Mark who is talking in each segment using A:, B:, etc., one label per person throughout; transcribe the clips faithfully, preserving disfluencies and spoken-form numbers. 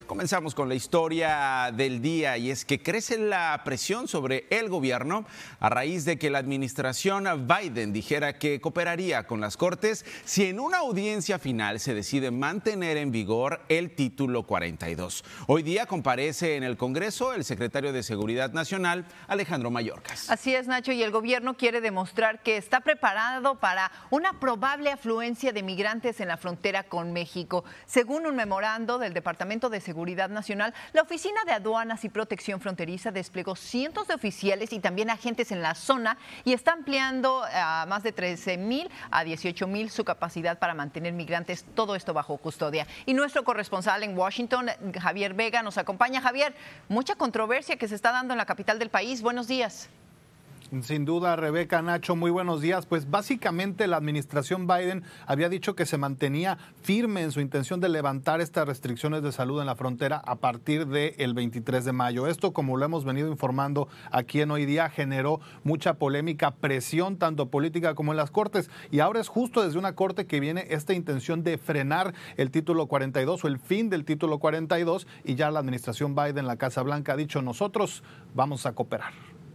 A: Comenzamos con la historia del día y es que crece la presión sobre el gobierno a raíz de que la administración Biden dijera que cooperaría con las Cortes si en una audiencia final se decide mantener en vigor el título cuarenta y dos. Hoy día comparece en el Congreso el secretario de Seguridad Nacional, Alejandro Mayorkas.
B: Así es, Nacho, y el gobierno quiere demostrar que está preparado para una probable afluencia de migrantes en la frontera con México. Según un memorando del Departamento de Seguridad Nacional, la Oficina de Aduanas y Protección Fronteriza desplegó cientos de oficiales y también agentes en la zona y está ampliando a más de trece mil a dieciocho mil su capacidad para mantener migrantes, todo esto bajo custodia. Y nuestro corresponsal en Washington, Javier Vega, nos acompaña. Javier, mucha controversia que se está dando en la capital del país. Buenos días.
C: Sin duda, Rebeca, Nacho, muy buenos días. Pues básicamente la administración Biden había dicho que se mantenía firme en su intención de levantar estas restricciones de salud en la frontera a partir del veintitrés de mayo. Esto, como lo hemos venido informando aquí en Hoy Día, generó mucha polémica, presión tanto política como en las Cortes. Y ahora es justo desde una corte que viene esta intención de frenar el título cuarenta y dos o el fin del título cuarenta y dos, y ya la administración Biden, la Casa Blanca, ha dicho: nosotros vamos a cooperar.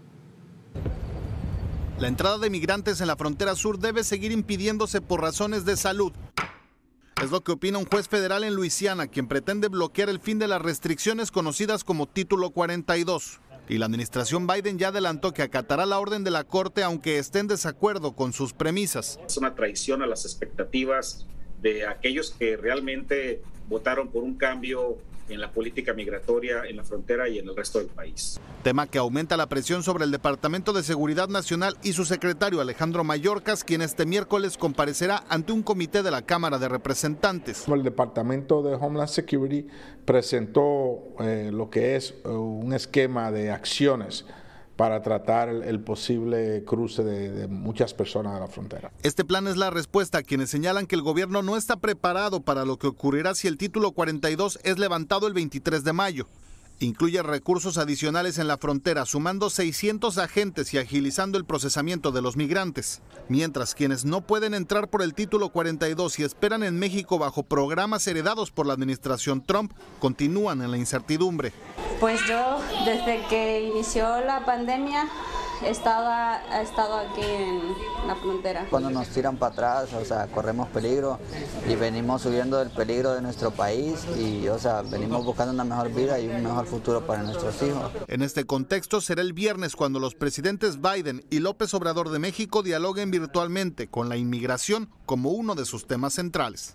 C: La entrada de migrantes en la frontera sur debe seguir impidiéndose por razones de salud. Es lo que opina un juez federal en Luisiana, quien pretende bloquear el fin de las restricciones conocidas como Título cuarenta y dos. Y la administración Biden ya adelantó que acatará la orden de la Corte aunque esté en desacuerdo con sus premisas.
D: Es una traición a las expectativas de aquellos que realmente votaron por un cambio en la política migratoria en la frontera y en el resto del país.
C: Tema que aumenta la presión sobre el Departamento de Seguridad Nacional y su secretario Alejandro Mayorkas, quien este miércoles comparecerá ante un comité de la Cámara de Representantes.
E: El Departamento de Homeland Security presentó eh, lo que es uh, un esquema de acciones para tratar el, el posible cruce de, de muchas personas a la frontera.
C: Este plan es la respuesta a quienes señalan que el gobierno no está preparado para lo que ocurrirá si el título cuarenta y dos es levantado el veintitrés de mayo. Incluye recursos adicionales en la frontera, sumando seiscientos agentes y agilizando el procesamiento de los migrantes. Mientras quienes no pueden entrar por el título cuarenta y dos y esperan en México bajo programas heredados por la administración Trump, continúan en la incertidumbre.
F: Pues yo, desde que inició la pandemia, he estado, he estado aquí en la frontera.
G: Cuando nos tiran para atrás, o sea, corremos peligro y venimos subiendo el peligro de nuestro país y, o sea, venimos buscando una mejor vida y un mejor futuro para nuestros hijos.
C: En este contexto será el viernes cuando los presidentes Biden y López Obrador de México dialoguen virtualmente con la inmigración como uno de sus temas centrales.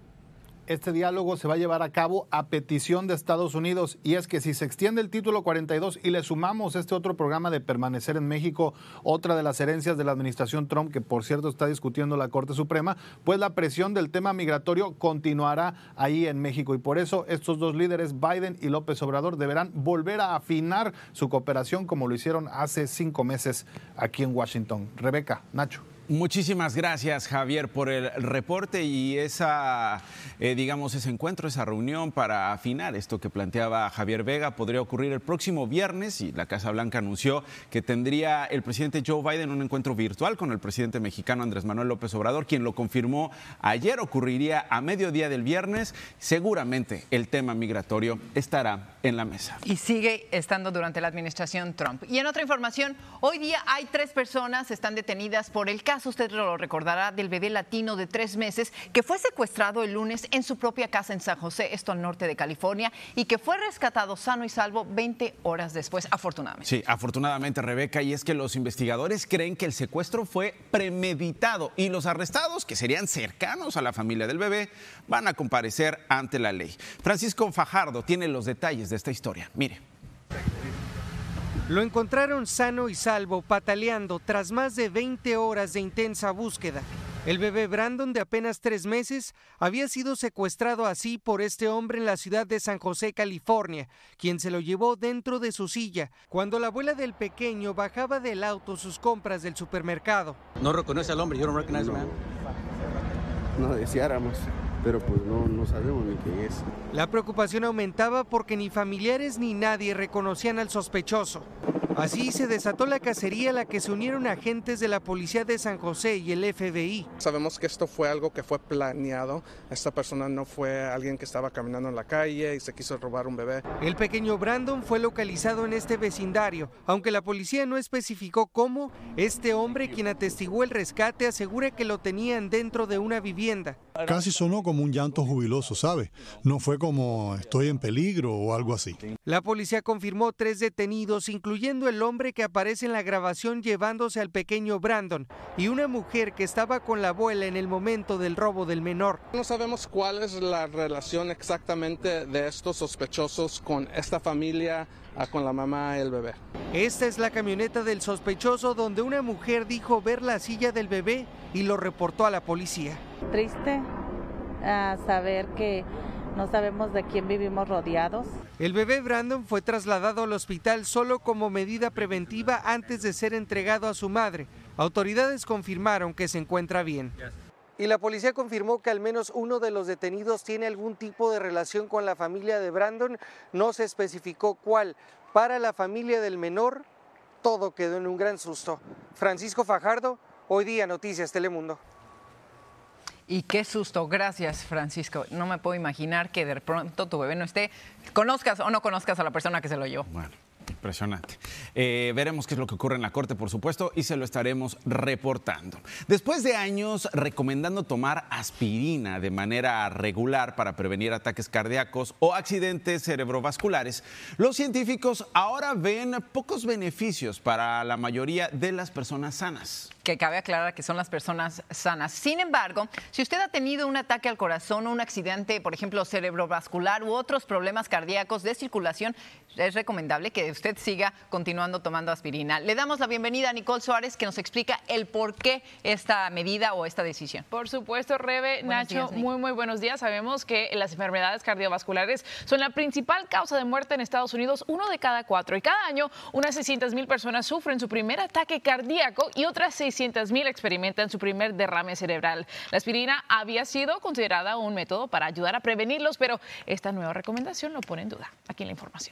C: Este diálogo se va a llevar a cabo a petición de Estados Unidos, y es que si se extiende el título cuarenta y dos y le sumamos este otro programa de permanecer en México, otra de las herencias de la administración Trump, que por cierto está discutiendo la Corte Suprema, pues la presión del tema migratorio continuará ahí en México, y por eso estos dos líderes, Biden y López Obrador, deberán volver a afinar su cooperación como lo hicieron hace cinco meses aquí en Washington. Rebeca, Nacho.
A: Muchísimas gracias, Javier, por el reporte y esa, eh, digamos, ese encuentro, esa reunión para afinar esto que planteaba Javier Vega. Podría ocurrir el próximo viernes y la Casa Blanca anunció que tendría el presidente Joe Biden un encuentro virtual con el presidente mexicano Andrés Manuel López Obrador, quien lo confirmó ayer. Ocurriría a mediodía del viernes. Seguramente el tema migratorio estará en la mesa.
B: Y sigue estando durante la administración Trump. Y en otra información, hoy día hay tres personas que están detenidas por el caso, usted lo recordará, del bebé latino de tres meses que fue secuestrado el lunes en su propia casa en San José, esto al norte de California, y que fue rescatado sano y salvo veinte horas después, afortunadamente.
A: Sí, afortunadamente, Rebeca, y es que los investigadores creen que el secuestro fue premeditado y los arrestados, que serían cercanos a la familia del bebé, van a comparecer ante la ley. Francisco Fajardo tiene los detalles de esta historia. Mire.
H: Lo encontraron sano y salvo, pataleando tras más de veinte horas de intensa búsqueda. El bebé Brandon, de apenas tres meses, había sido secuestrado así por este hombre en la ciudad de San José, California, quien se lo llevó dentro de su silla cuando la abuela del pequeño bajaba del auto sus compras del supermercado.
I: ¿No reconoce al hombre? Yo no recognize
J: no.
I: man.
J: No deseáramos, pero pues no, no sabemos ni qué es.
H: La preocupación aumentaba porque ni familiares ni nadie reconocían al sospechoso. Así se desató la cacería a la que se unieron agentes de la Policía de San José y el F B I.
K: Sabemos que esto fue algo que fue planeado. Esta persona no fue alguien que estaba caminando en la calle y se quiso robar un bebé.
H: El pequeño Brandon fue localizado en este vecindario. Aunque la policía no especificó cómo, este hombre, quien atestiguó el rescate, asegura que lo tenían dentro de una vivienda.
L: Casi sonó como un llanto jubiloso, ¿sabe? No fue como estoy en peligro o algo así.
H: La policía confirmó tres detenidos, incluyendo el hombre que aparece en la grabación llevándose al pequeño Brandon y una mujer que estaba con la abuela en el momento del robo del menor.
K: No sabemos cuál es la relación exactamente de estos sospechosos con esta familia, con la mamá y el bebé.
H: Esta es la camioneta del sospechoso donde una mujer dijo ver la silla del bebé y lo reportó a la policía.
M: Triste uh, saber que no sabemos de quién vivimos rodeados.
H: El bebé Brandon fue trasladado al hospital solo como medida preventiva antes de ser entregado a su madre. Autoridades confirmaron que se encuentra bien. Y la policía confirmó que al menos uno de los detenidos tiene algún tipo de relación con la familia de Brandon. No se especificó cuál. Para la familia del menor, todo quedó en un gran susto. Francisco Fajardo, Hoy Día Noticias Telemundo.
B: Y qué susto, gracias Francisco. No me puedo imaginar que de pronto tu bebé no esté, conozcas o no conozcas a la persona que se lo llevó.
A: Bueno. Impresionante. Eh, veremos qué es lo que ocurre en la Corte, por supuesto, y se lo estaremos reportando. Después de años recomendando tomar aspirina de manera regular para prevenir ataques cardíacos o accidentes cerebrovasculares, los científicos ahora ven pocos beneficios para la mayoría de las personas sanas.
B: Que cabe aclarar que son las personas sanas. Sin embargo, si usted ha tenido un ataque al corazón o un accidente, por ejemplo, cerebrovascular u otros problemas cardíacos de circulación, es recomendable que usted siga continuando tomando aspirina. Le damos la bienvenida a Nicole Suárez, que nos explica el por qué esta medida o esta decisión.
N: Por supuesto, Rebe,
B: buenos
N: Nacho,
B: días,
N: muy, muy buenos días. Sabemos que las enfermedades cardiovasculares son la principal causa de muerte en Estados Unidos, uno de cada cuatro. Y cada año, unas seiscientas mil personas sufren su primer ataque cardíaco y otras seiscientas mil experimentan su primer derrame cerebral. La aspirina había sido considerada un método para ayudar a prevenirlos, pero esta nueva recomendación lo pone en duda. Aquí en la información.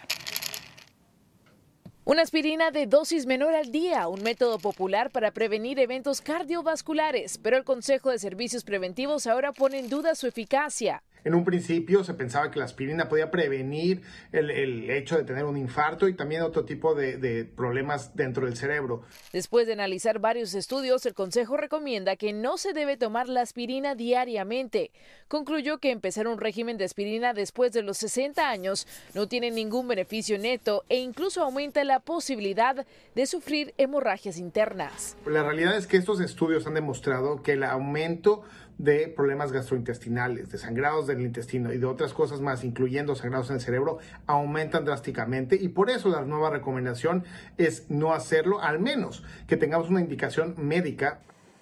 O: Una aspirina de dosis menor al día, un método popular para prevenir eventos cardiovasculares, pero el Consejo de Servicios Preventivos ahora pone en duda su eficacia.
P: En un principio se pensaba que la aspirina podía prevenir el, el hecho de tener un infarto y también otro tipo de, de problemas dentro del cerebro.
O: Después de analizar varios estudios, el Consejo recomienda que no se debe tomar la aspirina diariamente. Concluyó que empezar un régimen de aspirina después de los sesenta años no tiene ningún beneficio neto e incluso aumenta la posibilidad de sufrir hemorragias internas.
P: La realidad es que estos estudios han demostrado que el aumento de problemas gastrointestinales, de sangrados del intestino y de otras cosas más, incluyendo sangrados en el cerebro, aumentan drásticamente y por eso la nueva recomendación es no hacerlo, al menos que tengamos una indicación médica.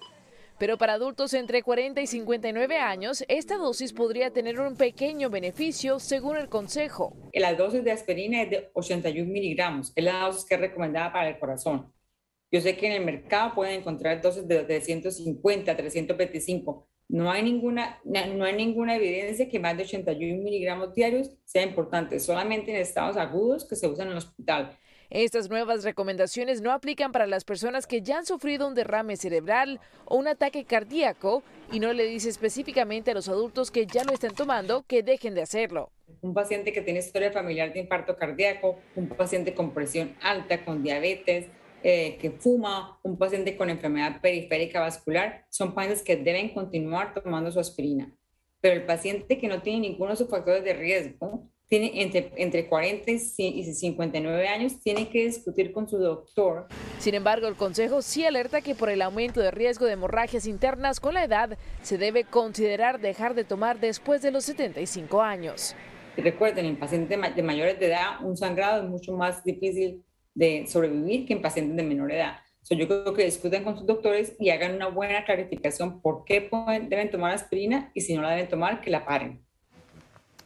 O: Pero para adultos entre cuarenta y cincuenta y nueve años, esta dosis podría tener un pequeño beneficio, según el Consejo.
Q: La dosis de aspirina es de ochenta y uno miligramos, es la dosis que es recomendada para el corazón. Yo sé que en el mercado pueden encontrar dosis de trescientos cincuenta, trescientos veinticinco. No hay ninguna, no hay ninguna evidencia que más de ochenta y uno miligramos diarios sea importante, solamente en estados agudos que se usan en el hospital.
O: Estas nuevas recomendaciones no aplican para las personas que ya han sufrido un derrame cerebral o un ataque cardíaco y no le dice específicamente a los adultos que ya lo están tomando que dejen de hacerlo.
Q: Un paciente que tiene historia familiar de infarto cardíaco, un paciente con presión alta, con diabetes, Eh, que fuma, un paciente con enfermedad periférica vascular, son pacientes que deben continuar tomando su aspirina. Pero el paciente que no tiene ninguno de sus factores de riesgo, tiene entre, entre cuarenta y cincuenta y nueve años, tiene que discutir con su doctor.
O: Sin embargo, el Consejo sí alerta que por el aumento de riesgo de hemorragias internas con la edad, se debe considerar dejar de tomar después de los setenta y cinco años.
Q: Y recuerden, en pacientes de mayores de edad, un sangrado es mucho más difícil de sobrevivir que en pacientes de menor edad. So, yo creo que discutan con sus doctores y hagan una buena clarificación por qué pueden, deben tomar aspirina y si no la deben tomar, que la paren.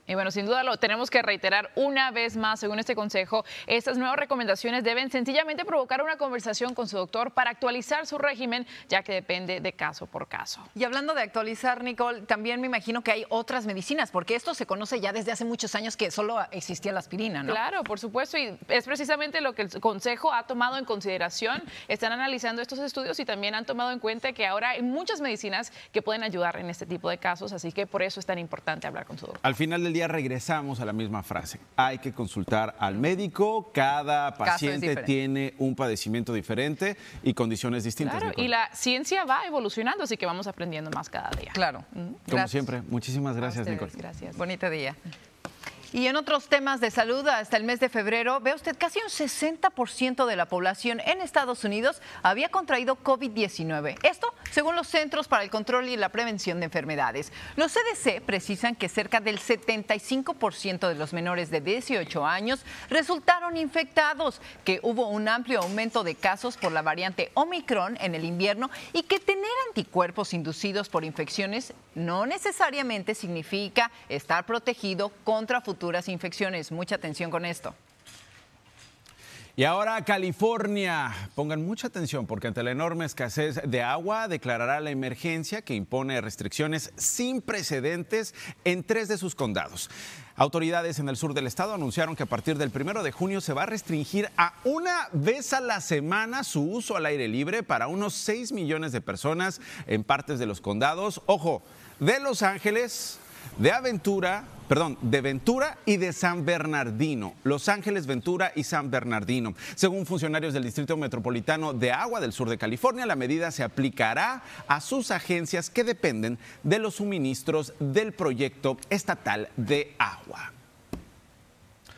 N: Y bueno, sin duda lo tenemos que reiterar una vez más, según este consejo, estas nuevas recomendaciones deben sencillamente provocar una conversación con su doctor para actualizar su régimen, ya que depende de caso por caso.
B: Y hablando de actualizar, Nicole, también me imagino que hay otras medicinas, porque esto se conoce ya desde hace muchos años que solo existía la aspirina, ¿no?
N: Claro, por supuesto, y es precisamente lo que el consejo ha tomado en consideración. Están analizando estos estudios y también han tomado en cuenta que ahora hay muchas medicinas que pueden ayudar en este tipo de casos, así que por eso es tan importante hablar con su doctor.
A: Al final del día regresamos a la misma frase. Hay que consultar al médico. Cada paciente tiene un padecimiento diferente y condiciones distintas.
N: Claro,
A: Nicole.
N: y la ciencia va evolucionando, así que vamos aprendiendo más cada día.
B: Claro.
A: Como gracias. siempre, muchísimas gracias, Nicole.
N: Gracias.
B: Bonito día. Y en otros temas de salud, hasta el mes de febrero, ve usted, casi un sesenta por ciento de la población en Estados Unidos había contraído COVID diecinueve. Esto según los Centros para el Control y la Prevención de Enfermedades. Los C D C precisan que cerca del setenta y cinco por ciento de los menores de dieciocho años resultaron infectados, que hubo un amplio aumento de casos por la variante Omicron en el invierno y que tener anticuerpos inducidos por infecciones no necesariamente significa estar protegido contra futuras infecciones. Mucha atención con esto.
A: Y ahora California, pongan mucha atención porque ante la enorme escasez de agua declarará la emergencia que impone restricciones sin precedentes en tres de sus condados. Autoridades en el sur del estado anunciaron que a partir del primero de junio se va a restringir a una vez a la semana su uso al aire libre para unos seis millones de personas en partes de los condados. Ojo, de Los Ángeles, de Aventura, perdón, de Ventura y de San Bernardino. Los Ángeles, Ventura y San Bernardino. Según funcionarios del Distrito Metropolitano de Agua del sur de California, la medida se aplicará a sus agencias que dependen de los suministros del proyecto estatal de agua.